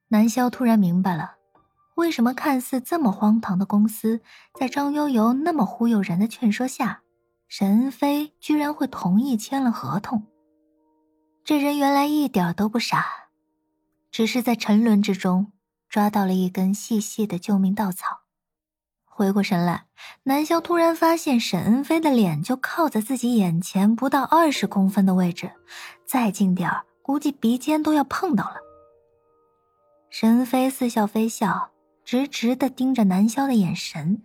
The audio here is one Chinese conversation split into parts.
南萧突然明白了，为什么看似这么荒唐的公司，在张悠悠那么忽悠人的劝说下，沈恩飞居然会同意签了合同。这人原来一点都不傻，只是在沉沦之中抓到了一根细细的救命稻草。回过神来，南萧突然发现沈恩飞的脸就靠在自己眼前不到20公分的位置，再近点儿，估计鼻尖都要碰到了。沈恩飞似笑非笑，直直地盯着南萧的眼神。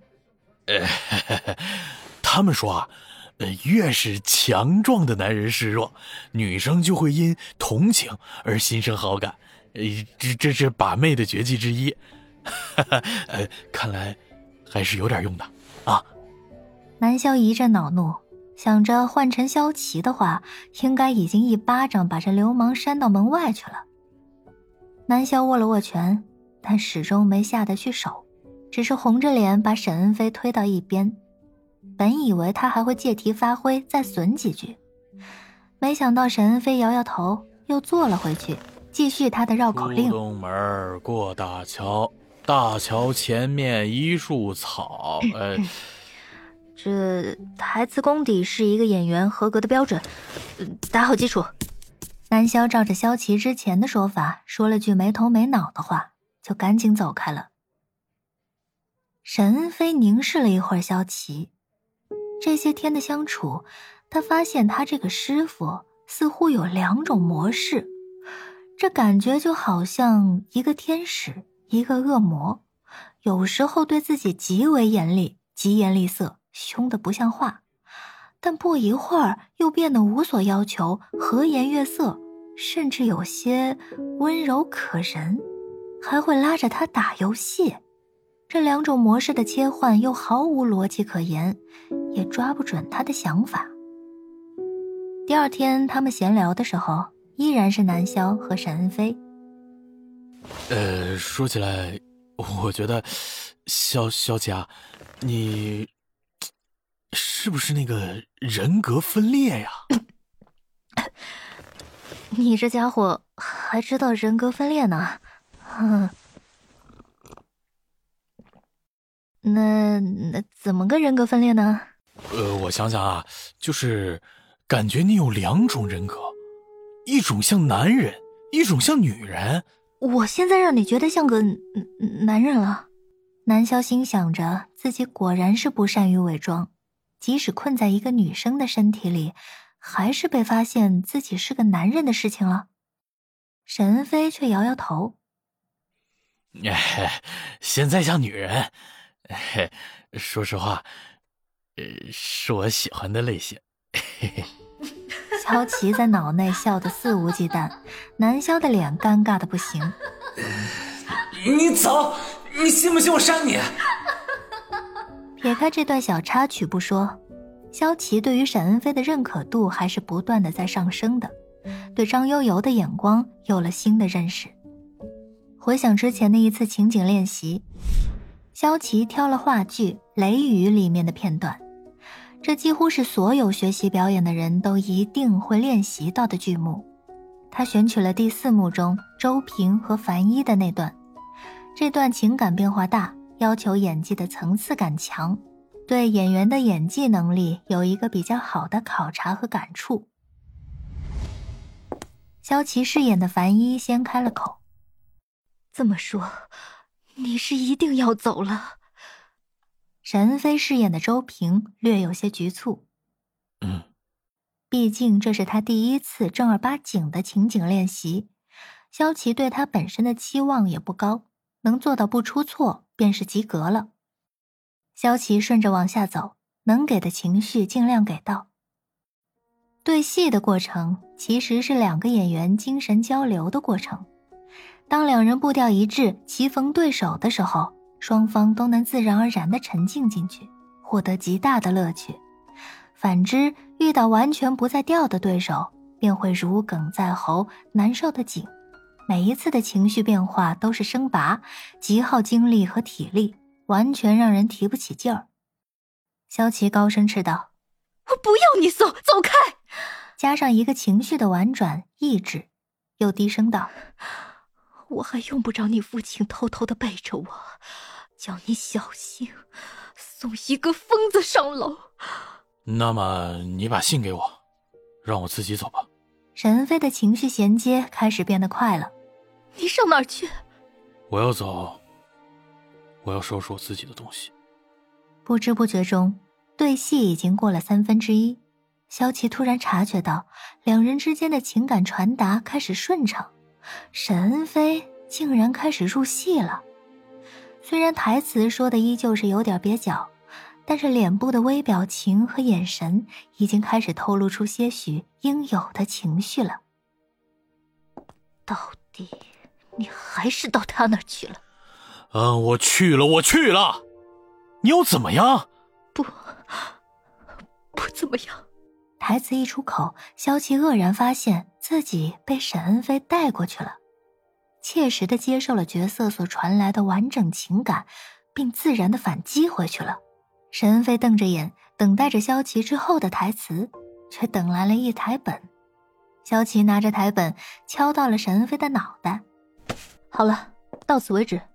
他们说啊，越是强壮的男人示弱，女生就会因同情而心生好感，这是把妹的绝技之一。看来还是有点用的啊。 南萧一阵恼怒，想着换成萧琪的话，应该已经一巴掌把这流氓扇到门外去了。南萧握了握拳，但始终没下得去手，只是红着脸把沈恩飞推到一边。本以为他还会借题发挥，再损几句，没想到沈恩飞摇摇头，又坐了回去，继续他的绕口令。 出东门过大桥，大桥前面一树草。 这台词功底是一个演员合格的标准，打好基础。南萧照着萧琪之前的说法说了句没头没脑的话，就赶紧走开了。沈恩飞凝视了一会儿萧琪，这些天的相处，他发现他这个师傅似乎有2种模式，这感觉就好像一个天使，一个恶魔，有时候对自己极为严厉，疾言厉色，凶得不像话，但不一会儿又变得无所要求，和颜悦色，甚至有些温柔可人，还会拉着他打游戏。这2种模式的切换又毫无逻辑可言，也抓不准他的想法。第二天他们闲聊的时候，依然是南萧和沈恩飞。 说起来，我觉得萧琪啊，你是不是那个人格分裂呀？ 你这家伙还知道人格分裂呢？那怎么个人格分裂呢？ 我想想啊，就是感觉你有2种人格，一种像男人，一种像女人。 我现在让你觉得像个男人了。南萧心想着自己果然是不善于伪装，即使困在一个女生的身体里，还是被发现自己是个男人的事情了。沈恩飞却摇摇头。 现在像女人，说实话，是我喜欢的类型。 萧琪在脑内笑得肆无忌惮，南萧的脸尴尬的不行。 你走，你信不信我扇你？ 撇开这段小插曲不说，萧琪对于沈恩飞的认可度还是不断的在上升的，对张悠悠的眼光有了新的认识。回想之前的一次情景练习，萧琪挑了话剧《雷雨》里面的片段，这几乎是所有学习表演的人都一定会练习到的剧目。他选取了第4幕中周平和樊一的那段，这段情感变化大，要求演技的层次感强，对演员的演技能力有一个比较好的考察和感触。萧琪饰演的樊一先开了口：这么说，你是一定要走了？沈恩飞饰演的周平略有些局促。毕竟这是他第一次正儿八经的情景练习，萧琪对他本身的期望也不高，能做到不出错便是及格了。萧琪顺着往下走，能给的情绪尽量给到。对戏的过程其实是2个演员精神交流的过程，当2人步调一致，棋逢对手的时候，双方都能自然而然地沉浸进去，获得极大的乐趣。反之，遇到完全不在调的对手，便会如鲠在喉，难受的紧。每一次的情绪变化都是生拔，极耗精力和体力，完全让人提不起劲儿。萧琪高声斥道：我不要你走，走开！加上一个情绪的婉转抑制，又低声道： 我还用不着你父亲偷偷的背着我，叫你小心，送一个疯子上楼。 那么你把信给我，让我自己走吧。 沈飞的情绪衔接开始变得快了。你上哪儿去？ 我要走，我要收拾我自己的东西。 不知不觉中，对戏已经过了1/3。萧琪突然察觉到两人之间的情感传达开始顺畅，沈恩飞竟然开始入戏了。虽然台词说的依旧是有点蹩脚，但是脸部的微表情和眼神已经开始透露出些许应有的情绪了。到底你还是到他那儿去了？ 我去了，你又怎么样？ 不怎么样。台词一出口，萧琪愕然发现自己被沈恩飞带过去了，切实地接受了角色所传来的完整情感，并自然地反击回去了。沈恩飞瞪着眼，等待着萧琪之后的台词，却等来了一台本。萧琪拿着台本敲到了沈恩飞的脑袋。好了，到此为止。